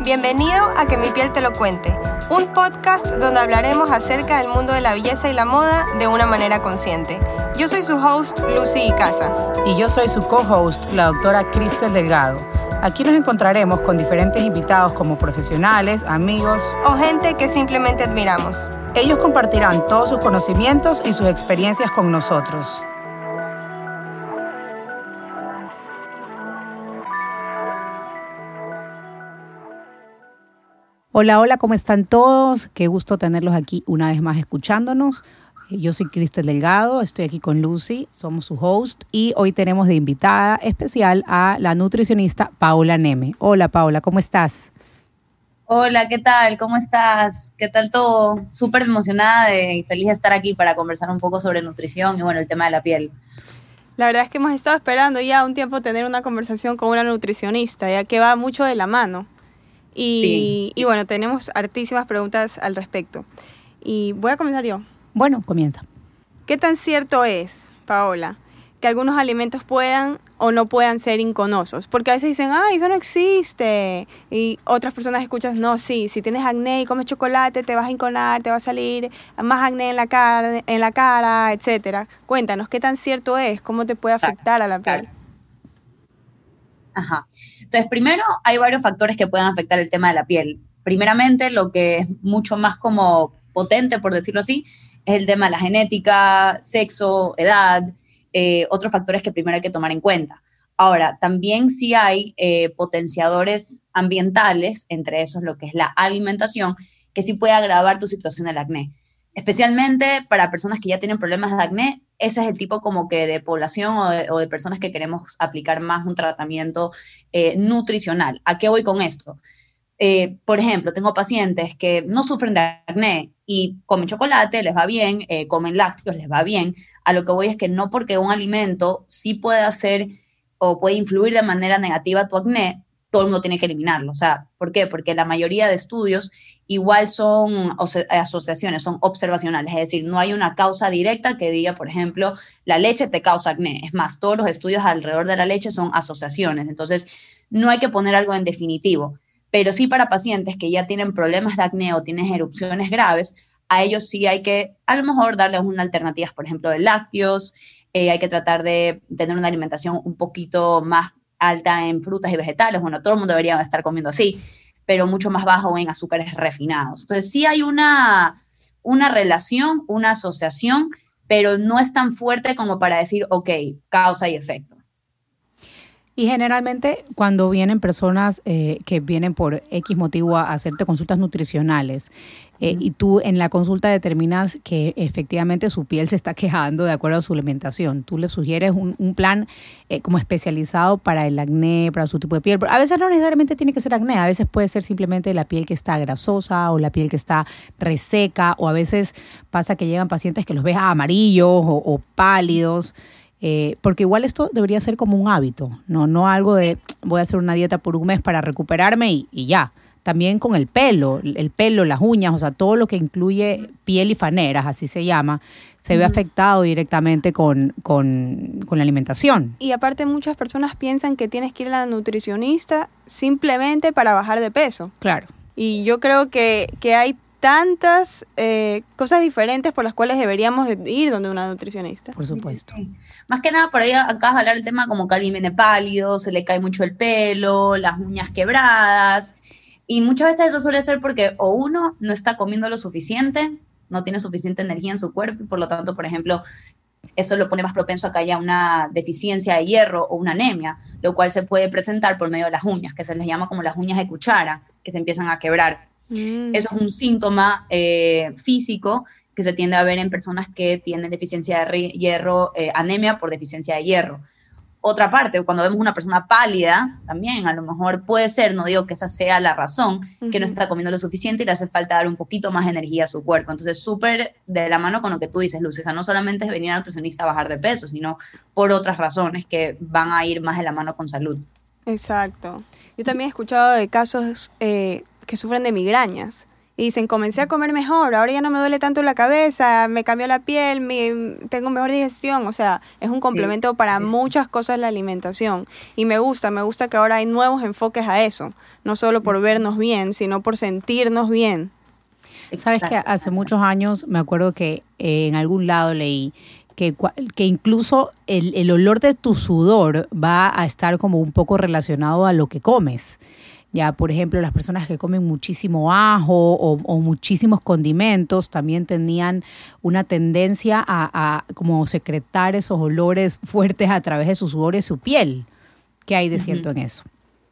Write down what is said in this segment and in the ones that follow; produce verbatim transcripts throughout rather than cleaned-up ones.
Bienvenido a Que mi piel te lo cuente, un podcast donde hablaremos acerca del mundo de la belleza y la moda de una manera consciente. Yo soy su host, Lucy Icaza. Y yo soy su co-host, la doctora Cristel Delgado. Aquí nos encontraremos con diferentes invitados como profesionales, amigos o gente que simplemente admiramos. Ellos compartirán todos sus conocimientos y sus experiencias con nosotros. Hola, hola, ¿cómo están todos? Qué gusto tenerlos aquí una vez más escuchándonos. Yo soy Cristel Delgado, estoy aquí con Lucy, somos su host y hoy tenemos de invitada especial a la nutricionista Paola Neme. Hola Paola, ¿cómo estás? Hola, ¿qué tal? ¿Cómo estás? ¿Qué tal todo? Súper emocionada de, y feliz de estar aquí para conversar un poco sobre nutrición y bueno, el tema de la piel. La verdad es que hemos estado esperando ya un tiempo tener una conversación con una nutricionista, ya que va mucho de la mano. Y, sí, sí. y bueno, tenemos hartísimas preguntas al respecto. Y voy a comenzar yo. Bueno, comienza. ¿Qué tan cierto es, Paola, que algunos alimentos puedan o no puedan ser inconosos? Porque a veces dicen, ay, eso no existe. Y otras personas escuchan, no, sí, si tienes acné y comes chocolate, te vas a inconar, te va a salir más acné en la cara, en la cara, etcétera. Cuéntanos, ¿qué tan cierto es? ¿Cómo te puede afectar claro, a la piel? Claro. Ajá. Entonces, primero, hay varios factores que pueden afectar el tema de la piel. Primeramente, lo que es mucho más como potente, por decirlo así, es el tema de la genética, sexo, edad, eh, otros factores que primero hay que tomar en cuenta. Ahora, también sí hay eh, potenciadores ambientales, entre esos lo que es la alimentación, que sí puede agravar tu situación del acné. Especialmente para personas que ya tienen problemas de acné, ese es el tipo como que de población o de, o de personas que queremos aplicar más un tratamiento eh, nutricional. ¿A qué voy con esto? Eh, por ejemplo, tengo pacientes que no sufren de acné y comen chocolate, les va bien, eh, comen lácteos, les va bien. A lo que voy es que no porque un alimento sí puede hacer o puede influir de manera negativa tu acné, todo el mundo tiene que eliminarlo. O sea, ¿por qué? Porque la mayoría de estudios igual son asociaciones, son observacionales, es decir, no hay una causa directa que diga, por ejemplo, la leche te causa acné. Es más, todos los estudios alrededor de la leche son asociaciones, entonces no hay que poner algo en definitivo, pero sí para pacientes que ya tienen problemas de acné o tienen erupciones graves, a ellos sí hay que, a lo mejor, darles una alternativa, por ejemplo, de lácteos, eh, hay que tratar de tener una alimentación un poquito más alta en frutas y vegetales, bueno, todo el mundo debería estar comiendo así, pero mucho más bajo en azúcares refinados. Entonces sí hay una, una relación, una asociación, pero no es tan fuerte como para decir, ok, causa y efecto. Y generalmente cuando vienen personas eh, que vienen por X motivo a hacerte consultas nutricionales eh, uh-huh. y tú en la consulta determinas que efectivamente su piel se está quejando de acuerdo a su alimentación, tú le sugieres un, un plan eh, como especializado para el acné, para su tipo de piel. A veces no necesariamente tiene que ser acné, a veces puede ser simplemente la piel que está grasosa o la piel que está reseca, o a veces pasa que llegan pacientes que los ves amarillos o, o pálidos. Eh, porque igual esto debería ser como un hábito, no, no algo de voy a hacer una dieta por un mes para recuperarme y, y ya. También con el pelo, el pelo, las uñas, o sea, todo lo que incluye piel y faneras, así se llama, se ve afectado directamente con, con, con la alimentación. Y aparte muchas personas piensan que tienes que ir a la nutricionista simplemente para bajar de peso. Claro. Y yo creo que, que hay tantas eh, cosas diferentes por las cuales deberíamos ir donde una nutricionista. Por supuesto. Sí. Más que nada, por ahí acabas de hablar del tema como que alguien viene pálido, se le cae mucho el pelo, las uñas quebradas, y muchas veces eso suele ser porque o uno no está comiendo lo suficiente, no tiene suficiente energía en su cuerpo, y por lo tanto, por ejemplo, eso lo pone más propenso a que haya una deficiencia de hierro o una anemia, lo cual se puede presentar por medio de las uñas, que se les llama como las uñas de cuchara, que se empiezan a quebrar. Mm. Eso es un síntoma eh, físico que se tiende a ver en personas que tienen deficiencia de hierro, eh, anemia por deficiencia de hierro. Otra parte, cuando vemos una persona pálida, también a lo mejor puede ser, no digo que esa sea la razón, uh-huh. que no está comiendo lo suficiente y le hace falta dar un poquito más de energía a su cuerpo. Entonces, súper de la mano con lo que tú dices, Lucy. O sea, no solamente es venir a nutricionista a bajar de peso, sino por otras razones que van a ir más de la mano con salud. Exacto. Yo también he escuchado de casos eh, que sufren de migrañas Y dicen, comencé a comer mejor, ahora ya no me duele tanto la cabeza, me cambió la piel, me, tengo mejor digestión. O sea, es un complemento sí, para sí, muchas cosas la alimentación. Y me gusta, me gusta que ahora hay nuevos enfoques a eso. No solo por vernos bien, sino por sentirnos bien. Sabes que hace muchos años me acuerdo que eh, en algún lado leí que, que incluso el, el olor de tu sudor va a estar como un poco relacionado a lo que comes. Ya, por ejemplo, las personas que comen muchísimo ajo o, o muchísimos condimentos también tenían una tendencia a, a como secretar esos olores fuertes a través de su sudor y su piel. ¿Qué hay de cierto uh-huh. en eso?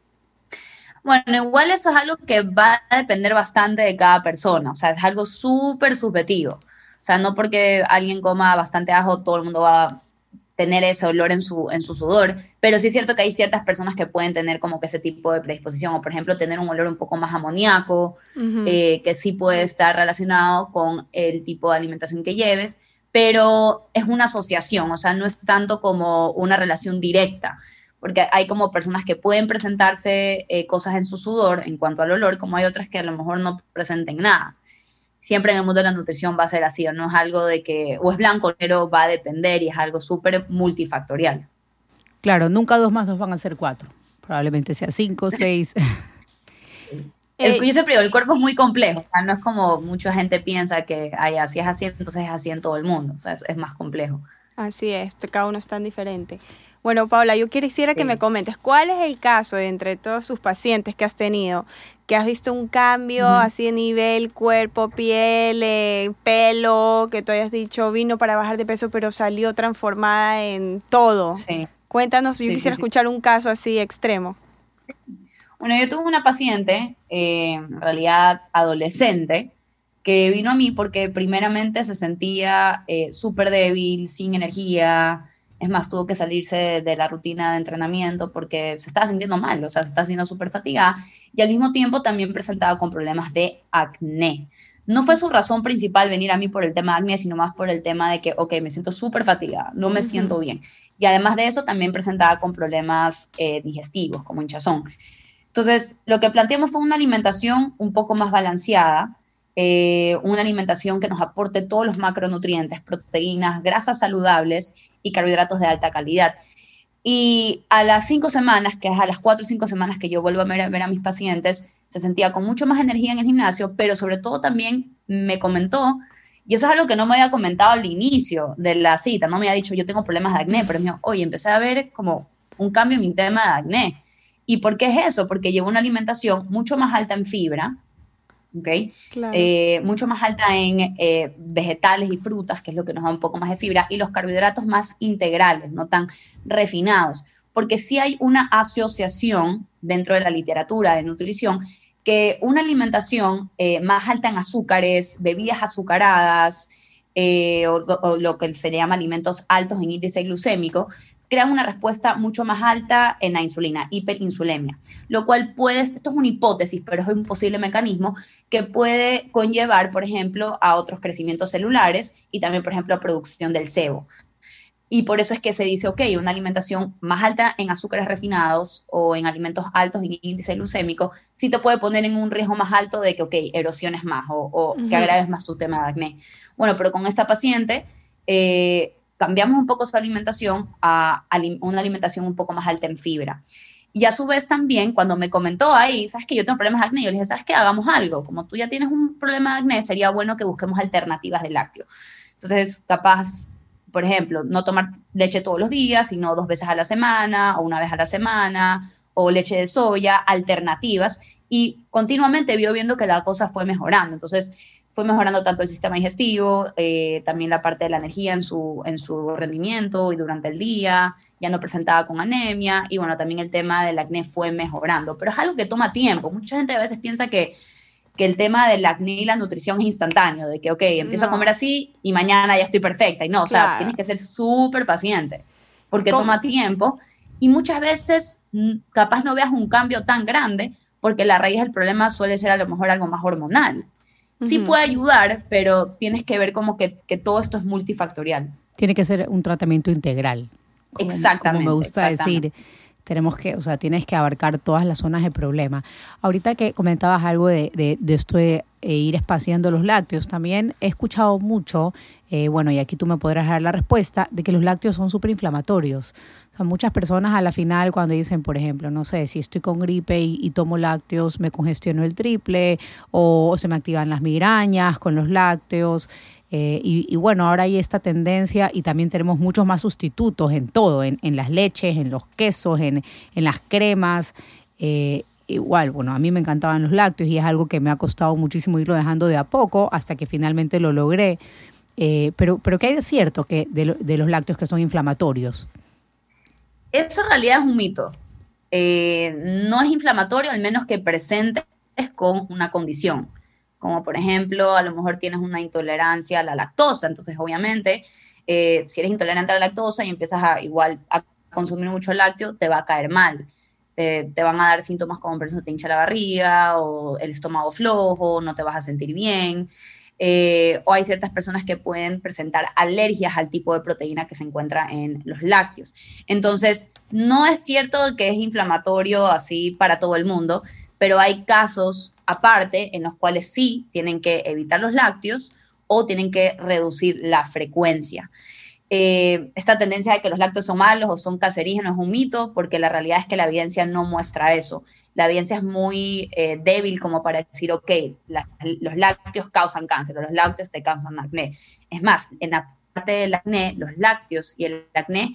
Bueno, igual eso es algo que va a depender bastante de cada persona. O sea, es algo súper subjetivo. O sea, no porque alguien coma bastante ajo, todo el mundo va a tener ese olor en su, en su sudor, pero sí es cierto que hay ciertas personas que pueden tener como que ese tipo de predisposición, o por ejemplo tener un olor un poco más amoníaco, uh-huh. eh, que sí puede estar relacionado con el tipo de alimentación que lleves, pero es una asociación, o sea, no es tanto como una relación directa, porque hay como personas que pueden presentarse eh, cosas en su sudor en cuanto al olor, como hay otras que a lo mejor no presenten nada. Siempre en el mundo de la nutrición va a ser así, o no es algo de que o es blanco o negro, va a depender y es algo súper multifactorial. Claro, nunca dos más dos van a ser cuatro, probablemente sea cinco, seis. El, yo siempre digo, el cuerpo es muy complejo, o sea, no es como mucha gente piensa que ay, así es así, entonces es así en todo el mundo, o sea, es, es más complejo. Así es, cada uno es tan diferente. Bueno, Paola, yo quisiera sí. que me comentes, ¿cuál es el caso de entre todos sus pacientes que has tenido, que has visto un cambio uh-huh. así de nivel, cuerpo, piel, eh, pelo, que tú hayas dicho vino para bajar de peso, pero salió transformada en todo? Sí. Cuéntanos, yo sí, quisiera sí, escuchar sí. un caso así extremo. Bueno, yo tuve una paciente, eh, en realidad adolescente, que vino a mí porque primeramente se sentía eh, súper débil, sin energía. Es más, tuvo que salirse de, de la rutina de entrenamiento porque se estaba sintiendo mal, o sea, se estaba sintiendo súper fatigada y al mismo tiempo también presentaba con problemas de acné. No fue su razón principal venir a mí por el tema de acné, sino más por el tema de que, ok, me siento súper fatigada, no me uh-huh. siento bien. Y además de eso, también presentaba con problemas eh, digestivos, como hinchazón. Entonces, lo que planteamos fue una alimentación un poco más balanceada, eh, una alimentación que nos aporte todos los macronutrientes, proteínas, grasas saludables y carbohidratos de alta calidad. Y a las cinco semanas, que es a las cuatro o cinco semanas que yo vuelvo a ver, a ver a mis pacientes, se sentía con mucho más energía en el gimnasio, pero sobre todo también me comentó, y eso es algo que no me había comentado al inicio de la cita, no me había dicho yo tengo problemas de acné, pero me dijo, oye, empecé a ver como un cambio en mi tema de acné. ¿Y por qué es eso? Porque llevo una alimentación mucho más alta en fibra, ¿okay? Claro. Eh, mucho más alta en eh, vegetales y frutas, que es lo que nos da un poco más de fibra, y los carbohidratos más integrales, no tan refinados, porque sí hay una asociación dentro de la literatura de nutrición que una alimentación eh, más alta en azúcares, bebidas azucaradas, eh, o, o lo que se llama alimentos altos en índice glucémico, crean una respuesta mucho más alta en la insulina, hiperinsulemia, lo cual puede, esto es una hipótesis, pero es un posible mecanismo que puede conllevar, por ejemplo, a otros crecimientos celulares y también, por ejemplo, a producción del sebo. Y por eso es que se dice, ok, una alimentación más alta en azúcares refinados o en alimentos altos en índice glucémico, sí te puede poner en un riesgo más alto de que, ok, erosiones más o, o uh-huh. que agraves más tu tema de acné. Bueno, pero con esta paciente, eh, cambiamos un poco su alimentación a, a una alimentación un poco más alta en fibra. Y a su vez también, cuando me comentó ahí, ¿sabes que yo tengo problemas de acné? Yo le dije, ¿sabes qué? Hagamos algo. Como tú ya tienes un problema de acné, sería bueno que busquemos alternativas de lácteo. Entonces, capaz, por ejemplo, no tomar leche todos los días, sino dos veces a la semana o una vez a la semana, o leche de soya, alternativas. Y continuamente vio viendo que la cosa fue mejorando. Entonces, fue mejorando tanto el sistema digestivo, eh, también la parte de la energía en su, en su rendimiento y durante el día, ya no presentaba con anemia, y bueno, también el tema del acné fue mejorando, pero es algo que toma tiempo. Mucha gente a veces piensa que, que el tema del acné y la nutrición es instantáneo, de que, ok, empiezo no. a comer así y mañana ya estoy perfecta, y no, claro. o sea, tienes que ser súper paciente, porque ¿Cómo? toma tiempo, y muchas veces capaz no veas un cambio tan grande, porque la raíz del problema suele ser a lo mejor algo más hormonal. Sí puede ayudar, pero tienes que ver como que, que todo esto es multifactorial. Tiene que ser un tratamiento integral. Como, exactamente. Como me gusta exactamente. decir. tenemos que, o sea, tienes que abarcar todas las zonas de problema. Ahorita que comentabas algo de, de, de esto de eh, ir espaciando los lácteos, también he escuchado mucho, eh, bueno, y aquí tú me podrás dar la respuesta, de que los lácteos son súper inflamatorios. O sea, muchas personas a la final cuando dicen, por ejemplo, no sé, si estoy con gripe y, y tomo lácteos, me congestiono el triple, o se me activan las migrañas con los lácteos. Eh, y, y bueno, ahora hay esta tendencia y también tenemos muchos más sustitutos en todo, en, en las leches, en los quesos, en, en las cremas. Eh, igual, bueno, a mí me encantaban los lácteos y es algo que me ha costado muchísimo irlo dejando de a poco hasta que finalmente lo logré. Eh, pero, pero ¿qué hay de cierto que de, lo, de los lácteos que son inflamatorios? Eso en realidad es un mito. Eh, no es inflamatorio, al menos que presentes con una condición. Como por ejemplo, a lo mejor tienes una intolerancia a la lactosa, entonces obviamente, eh, si eres intolerante a la lactosa y empiezas a igual a consumir mucho lácteo, te va a caer mal. Te, te van a dar síntomas como por ejemplo te hincha la barriga o el estómago flojo, no te vas a sentir bien. Eh, o hay ciertas personas que pueden presentar alergias al tipo de proteína que se encuentra en los lácteos. Entonces, no es cierto que es inflamatorio así para todo el mundo, pero hay casos aparte en los cuales sí tienen que evitar los lácteos o tienen que reducir la frecuencia. Eh, esta tendencia de que los lácteos son malos o son cancerígenos es un mito, porque la realidad es que la evidencia no muestra eso. La evidencia es muy eh, débil como para decir, ok, la, los lácteos causan cáncer, o los lácteos te causan acné. Es más, en la parte del acné, los lácteos y el acné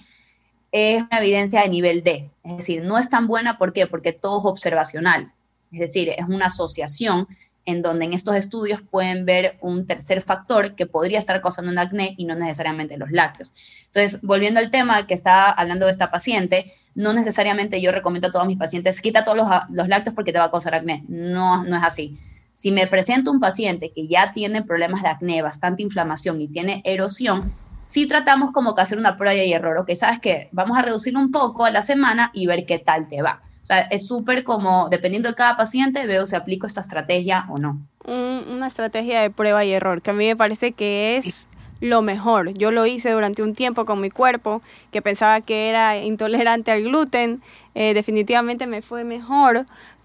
es una evidencia de nivel D. Es decir, no es tan buena, ¿por qué? Porque todo es observacional. Es decir, es una asociación en donde en estos estudios pueden ver un tercer factor que podría estar causando un acné y no necesariamente los lácteos. Entonces, volviendo al tema que está hablando de esta paciente, no necesariamente yo recomiendo a todos mis pacientes, quita todos los, los lácteos porque te va a causar acné. No, no es así. Si me presento un paciente que ya tiene problemas de acné, bastante inflamación y tiene erosión, sí tratamos como que hacer una prueba y error. Ok, ¿sabes qué? Vamos a reducirlo un poco a la semana y ver qué tal te va. O sea, es súper como, dependiendo de cada paciente, veo si aplico esta estrategia o no. Un, una estrategia de prueba y error, que a mí me parece que es lo mejor. Yo lo hice durante un tiempo con mi cuerpo, que pensaba que era intolerante al gluten. Eh, definitivamente me fue mejor,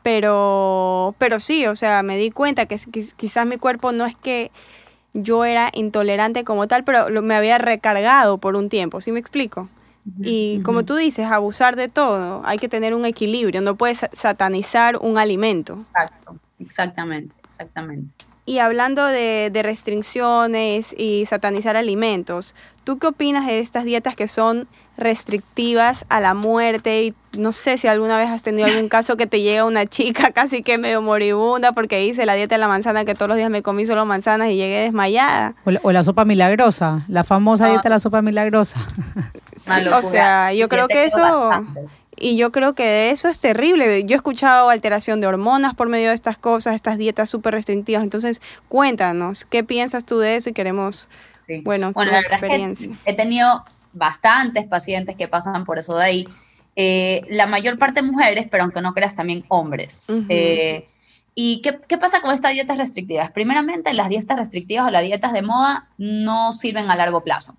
pero, pero sí, o sea, me di cuenta que, que quizás mi cuerpo no es que yo era intolerante como tal, pero lo, me había recargado por un tiempo, ¿sí me explico? Y uh-huh. Como tú dices, abusar de todo, hay que tener un equilibrio, no puedes satanizar un alimento. Exacto, exactamente, exactamente. Y hablando de, de restricciones y satanizar alimentos, ¿tú qué opinas de estas dietas que son restrictivas a la muerte? Y no sé si alguna vez has tenido algún caso que te llega una chica casi que medio moribunda porque hice la dieta de la manzana, que todos los días me comí solo manzanas y llegué desmayada. O la, o la sopa milagrosa, la famosa no. dieta de la sopa milagrosa. Sí, o sea, yo creo que eso... Bastante. Y yo creo que de eso es terrible. Yo he escuchado alteración de hormonas por medio de estas cosas, estas dietas súper restrictivas. Entonces, cuéntanos, ¿qué piensas tú de eso? Y queremos, sí. bueno, bueno, tu la experiencia. Es que he tenido bastantes pacientes que pasan por eso de ahí. Eh, la mayor parte mujeres, pero aunque no creas, también hombres. Uh-huh. Eh, ¿Y qué, qué pasa con estas dietas restrictivas? Primeramente, las dietas restrictivas o las dietas de moda no sirven a largo plazo.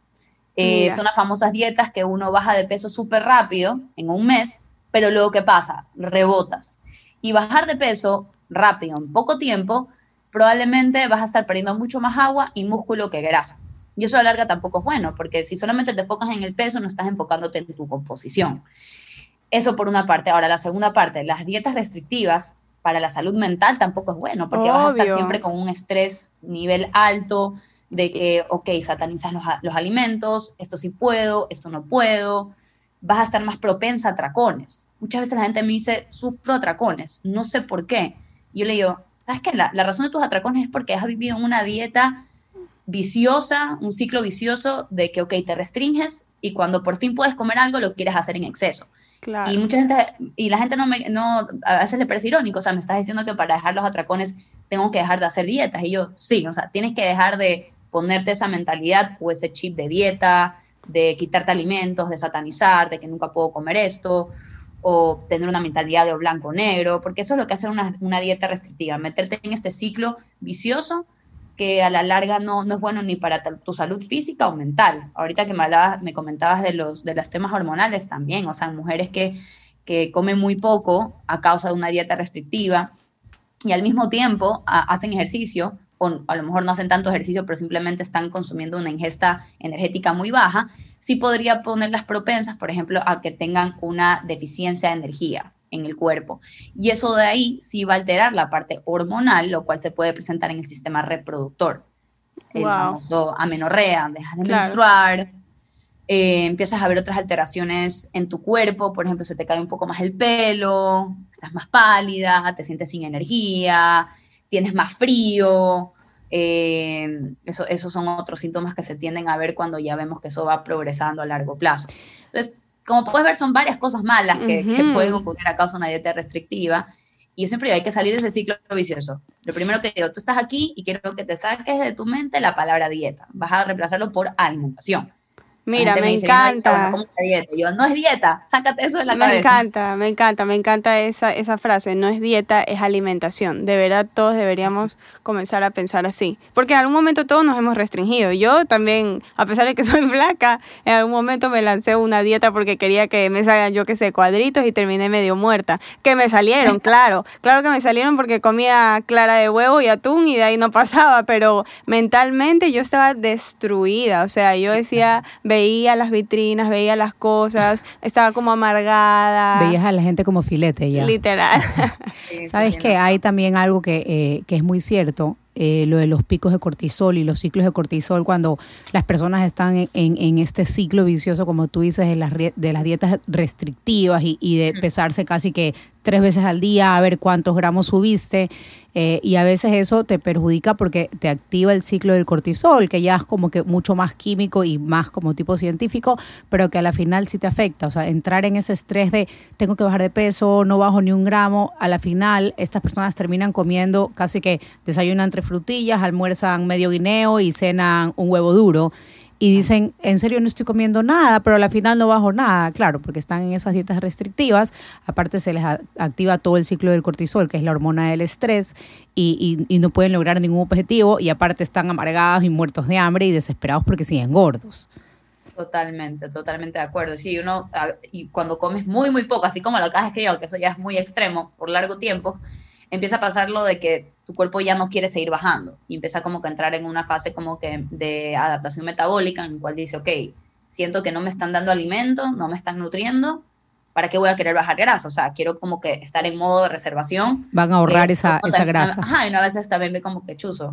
Eh, son las famosas dietas que uno baja de peso súper rápido, en un mes, pero luego ¿qué pasa? Rebotas. Y bajar de peso rápido, en poco tiempo, probablemente vas a estar perdiendo mucho más agua y músculo que grasa. Y eso a la larga tampoco es bueno, porque si solamente te enfocas en el peso, no estás enfocándote en tu composición. Eso por una parte. Ahora, la segunda parte, las dietas restrictivas para la salud mental tampoco es bueno, porque Obvio. vas a estar siempre con un estrés nivel alto, de que, ok, satanizas los, los alimentos, esto sí puedo, esto no puedo, vas a estar más propensa a atracones. Muchas veces la gente me dice, sufro atracones, no sé por qué. Y yo le digo, ¿sabes qué? La, la razón de tus atracones es porque has vivido una dieta viciosa, un ciclo vicioso de que, ok, te restringes y cuando por fin puedes comer algo, lo quieres hacer en exceso. Claro. Y mucha gente, y la gente no me, no, a veces le parece irónico, o sea, me estás diciendo que para dejar los atracones tengo que dejar de hacer dietas. Y yo, sí, o sea, tienes que dejar de ponerte esa mentalidad o ese chip de dieta, de quitarte alimentos, de satanizar, de que nunca puedo comer esto, o tener una mentalidad de blanco o negro, porque eso es lo que hace una, una dieta restrictiva, meterte en este ciclo vicioso que a la larga no, no es bueno ni para tu salud física o mental. Ahorita que me, hablabas, me comentabas de los, de los temas hormonales también, o sea, mujeres que, que comen muy poco a causa de una dieta restrictiva y al mismo tiempo a, hacen ejercicio, o a lo mejor no hacen tanto ejercicio, pero simplemente están consumiendo una ingesta energética muy baja, sí podría ponerlas propensas, por ejemplo, a que tengan una deficiencia de energía en el cuerpo. Y eso de ahí sí va a alterar la parte hormonal, lo cual se puede presentar en el sistema reproductor. El Wow. famoso amenorrea, dejas de Claro. menstruar, eh, empiezas a ver otras alteraciones en tu cuerpo, por ejemplo, se te cae un poco más el pelo, estás más pálida, te sientes sin energía, tienes más frío. Eh, eso, esos son otros síntomas que se tienden a ver cuando ya vemos que eso va progresando a largo plazo. Entonces, como puedes ver, son varias cosas malas que, Ujú. que pueden ocurrir a causa de una dieta restrictiva. Y yo siempre digo, hay que salir de ese ciclo vicioso. Lo primero que digo, tú estás aquí y quiero que te saques de tu mente la palabra dieta. Vas a reemplazarlo por alimentación. Mira, La gente me dice, "Ay, encanta. bueno, ¿cómo es dieta?" Y yo, no es dieta, sácate eso de la Me cabeza. encanta, me encanta, me encanta esa, esa frase. No es dieta, es alimentación. De verdad, todos deberíamos comenzar a pensar así. Porque en algún momento todos nos hemos restringido. Yo también, a pesar de que soy flaca, en algún momento me lancé una dieta porque quería que me salgan, yo qué sé, cuadritos y terminé medio muerta. Que me salieron, claro. Claro que me salieron porque comía clara de huevo y atún y de ahí no pasaba. Pero mentalmente yo estaba destruida. O sea, yo decía, veía las vitrinas, veía las cosas, estaba como amargada. Veías a la gente como filete ya. Literal. Sí, ¿Sabes sí, que no. hay también algo que, eh, que es muy cierto? Eh, lo de los picos de cortisol y los ciclos de cortisol cuando las personas están en, en, en este ciclo vicioso, como tú dices, de las, rie- de las dietas restrictivas y, y de pesarse casi que tres veces al día a ver cuántos gramos subiste, eh, y a veces eso te perjudica porque te activa el ciclo del cortisol, que ya es como que mucho más químico y más como tipo científico, pero que a la final sí te afecta. O sea, entrar en ese estrés de tengo que bajar de peso, no bajo ni un gramo, a la final estas personas terminan comiendo casi que desayunan tres frutillas, almuerzan medio guineo y cenan un huevo duro. Y dicen, en serio no estoy comiendo nada, pero al final no bajo nada. Claro, porque están en esas dietas restrictivas. Aparte se les a- activa todo el ciclo del cortisol, que es la hormona del estrés, y, y, y no pueden lograr ningún objetivo. Y aparte están amargados y muertos de hambre y desesperados porque siguen gordos. Totalmente, totalmente de acuerdo. Sí, uno, a- y cuando comes muy, muy poco, así como lo que has escrito, que eso ya es muy extremo, por largo tiempo, empieza a pasar lo de que tu cuerpo ya no quiere seguir bajando y empieza como que a entrar en una fase como que de adaptación metabólica en la cual dice, ok, siento que no me están dando alimento, no me están nutriendo, ¿para qué voy a querer bajar grasa? O sea, quiero como que estar en modo de reservación. Van a ahorrar Eh, esa, como esa también- grasa. Ajá, y una vez también ve como que chuzo.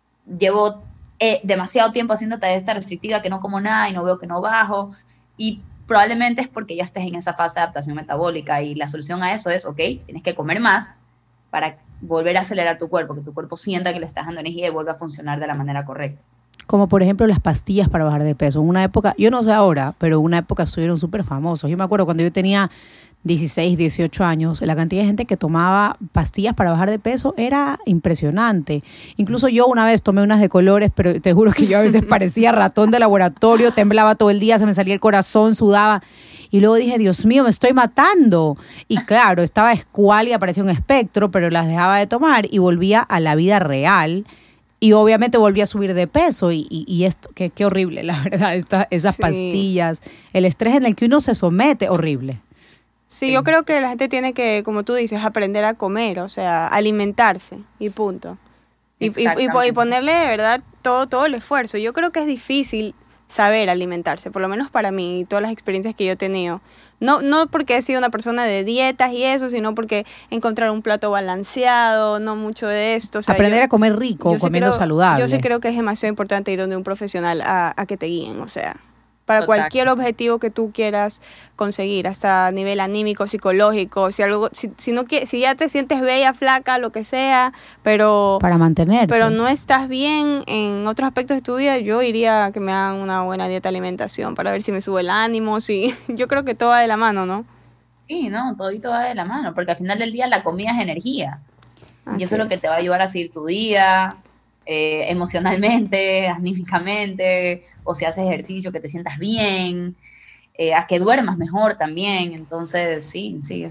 Llevo eh, demasiado tiempo haciendo esta restrictiva que no como nada y no veo que no bajo. Y probablemente es porque ya estés en esa fase de adaptación metabólica y la solución a eso es, ok, tienes que comer más para volver a acelerar tu cuerpo, que tu cuerpo sienta que le estás dando energía y vuelva a funcionar de la manera correcta. Como por ejemplo las pastillas para bajar de peso. En una época, yo no sé ahora, pero en una época estuvieron súper famosos. Yo me acuerdo cuando yo tenía dieciséis, dieciocho años, la cantidad de gente que tomaba pastillas para bajar de peso era impresionante. Incluso yo una vez tomé unas de colores, pero te juro que yo a veces parecía ratón de laboratorio, temblaba todo el día, se me salía el corazón, sudaba. Y luego dije, Dios mío, me estoy matando. Y claro, estaba escuálida, parecía un espectro, pero las dejaba de tomar y volvía a la vida real. Y obviamente volví a subir de peso y, y, y esto, qué, qué horrible, la verdad, esta, esas Sí. pastillas, el estrés en el que uno se somete, horrible. Sí, yo creo que la gente tiene que, como tú dices, aprender a comer, o sea, alimentarse y punto. Y, y, y, po- y Exactamente. ponerle de verdad todo, todo el esfuerzo. Yo creo que es difícil saber alimentarse, por lo menos para mí y todas las experiencias que yo he tenido. No, no porque he sido una persona de dietas y eso, sino porque encontrar un plato balanceado, no mucho de esto. O sea, Aprender yo- a comer rico, yo sí comiendo creo- saludable. Yo sí creo que es demasiado importante ir donde un profesional a, a que te guíen, o sea, para Total. cualquier objetivo que tú quieras conseguir, hasta a nivel anímico, psicológico, si algo, si, si no quie- si ya te sientes bella, flaca, lo que sea, pero Para mantenerte. pero no estás bien en otros aspectos de tu vida, yo iría a que me hagan una buena dieta de alimentación para ver si me sube el ánimo, si yo creo que todo va de la mano, ¿no? Sí, no, todito va de la mano, porque al final del día la comida es energía. Así y eso es lo que es. te va a ayudar a seguir tu día, eh, emocionalmente, anímicamente, o si haces ejercicio, que te sientas bien, eh, a que duermas mejor también. Entonces, sí, sí, eso es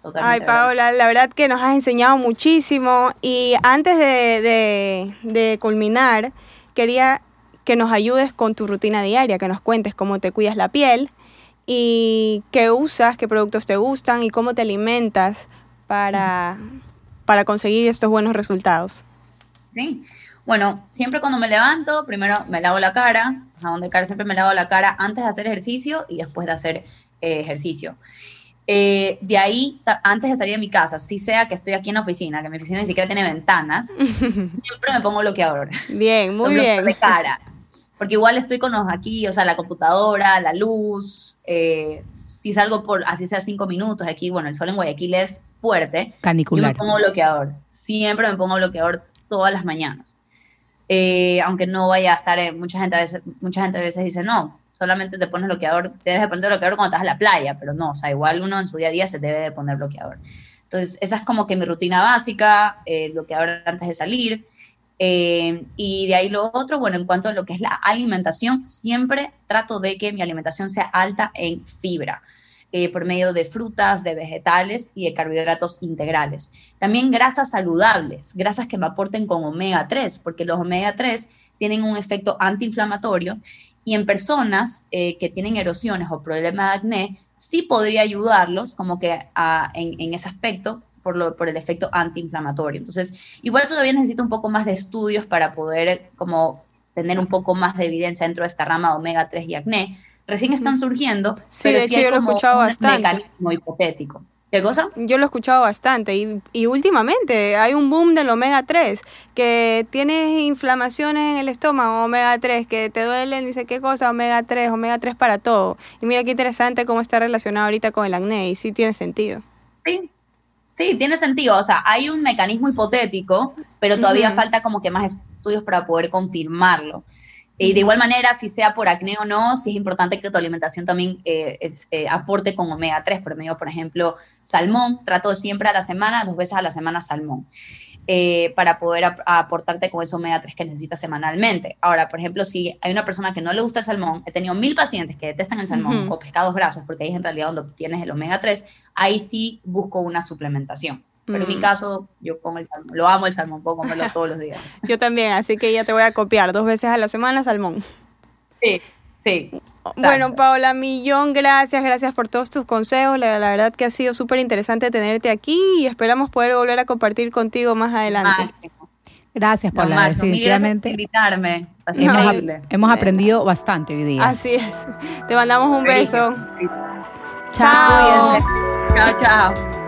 Totalmente. Ay, Paola, la verdad que nos has enseñado muchísimo y antes de, de, de culminar, quería que nos ayudes con tu rutina diaria, que nos cuentes cómo te cuidas la piel y qué usas, qué productos te gustan y cómo te alimentas para, para conseguir estos buenos resultados. Sí. Bueno, siempre cuando me levanto, primero me lavo la cara, jabón de cara, siempre me lavo la cara antes de hacer ejercicio y después de hacer eh, ejercicio. Eh, de ahí, antes de salir de mi casa, si sea que estoy aquí en la oficina, que mi oficina ni siquiera tiene ventanas, siempre me pongo bloqueador. Bien, muy bien. De cara. Porque igual estoy con los aquí, o sea, la computadora, la luz, eh, si salgo por, así sea cinco minutos, aquí, bueno, el sol en Guayaquil es fuerte. Canicular. Yo me pongo bloqueador. Siempre me pongo bloqueador todas las mañanas. Eh, aunque no vaya a estar, en, mucha gente a veces, mucha gente a veces dice, no, solamente te pones bloqueador, debes de poner bloqueador cuando estás en la playa, pero no, o sea, igual uno en su día a día se debe de poner bloqueador. Entonces, esa es como que mi rutina básica, eh, bloqueador antes de salir, eh, y de ahí lo otro, bueno, en cuanto a lo que es la alimentación, siempre trato de que mi alimentación sea alta en fibra, eh, por medio de frutas, de vegetales y de carbohidratos integrales. También grasas saludables, grasas que me aporten con omega tres, porque los omega tres tienen un efecto antiinflamatorio y en personas eh, que tienen erosiones o problemas de acné, sí podría ayudarlos como que a, en, en ese aspecto por, lo, por el efecto antiinflamatorio. Entonces, igual todavía necesito un poco más de estudios para poder como tener un poco más de evidencia dentro de esta rama de omega tres y acné. Recién están surgiendo, sí, pero de sí hecho, hay yo lo he como escuchado un bastante. mecanismo hipotético. ¿Qué cosa? Yo lo he escuchado bastante y, y últimamente hay un boom del omega tres, que tienes inflamaciones en el estómago, omega tres, que te duelen, dice qué cosa, omega tres, omega tres para todo. Y mira qué interesante cómo está relacionado ahorita con el acné y sí tiene sentido. Sí, sí, tiene sentido. O sea, hay un mecanismo hipotético, pero todavía uh-huh. falta como que más estudios para poder confirmarlo. Y de igual manera, si sea por acné o no, sí es importante que tu alimentación también eh, es, eh, aporte con omega tres, por medio, por ejemplo, salmón. Trato siempre a la semana, dos veces a la semana salmón, eh, para poder ap- aportarte con ese omega tres que necesitas semanalmente. Ahora, por ejemplo, si hay una persona que no le gusta el salmón, he tenido mil pacientes que detestan el salmón uh-huh. o pescados grasos, porque ahí es en realidad donde obtienes el omega tres, ahí sí busco una suplementación. Pero en mi caso, yo como el salmón, lo amo el salmón, puedo comerlo todos los días. Yo también, así que ya te voy a copiar, dos veces a la semana salmón. Sí, sí. Exacto. Bueno, Paola, millón gracias, gracias por todos tus consejos, la, la verdad que ha sido súper interesante tenerte aquí y esperamos poder volver a compartir contigo más adelante. Máximo. Gracias, Paola, no, definitivamente. Gracias por invitarme. No, increíble. Hemos aprendido bastante hoy día. Así es. Te mandamos un beso. Chao. Chao, chao.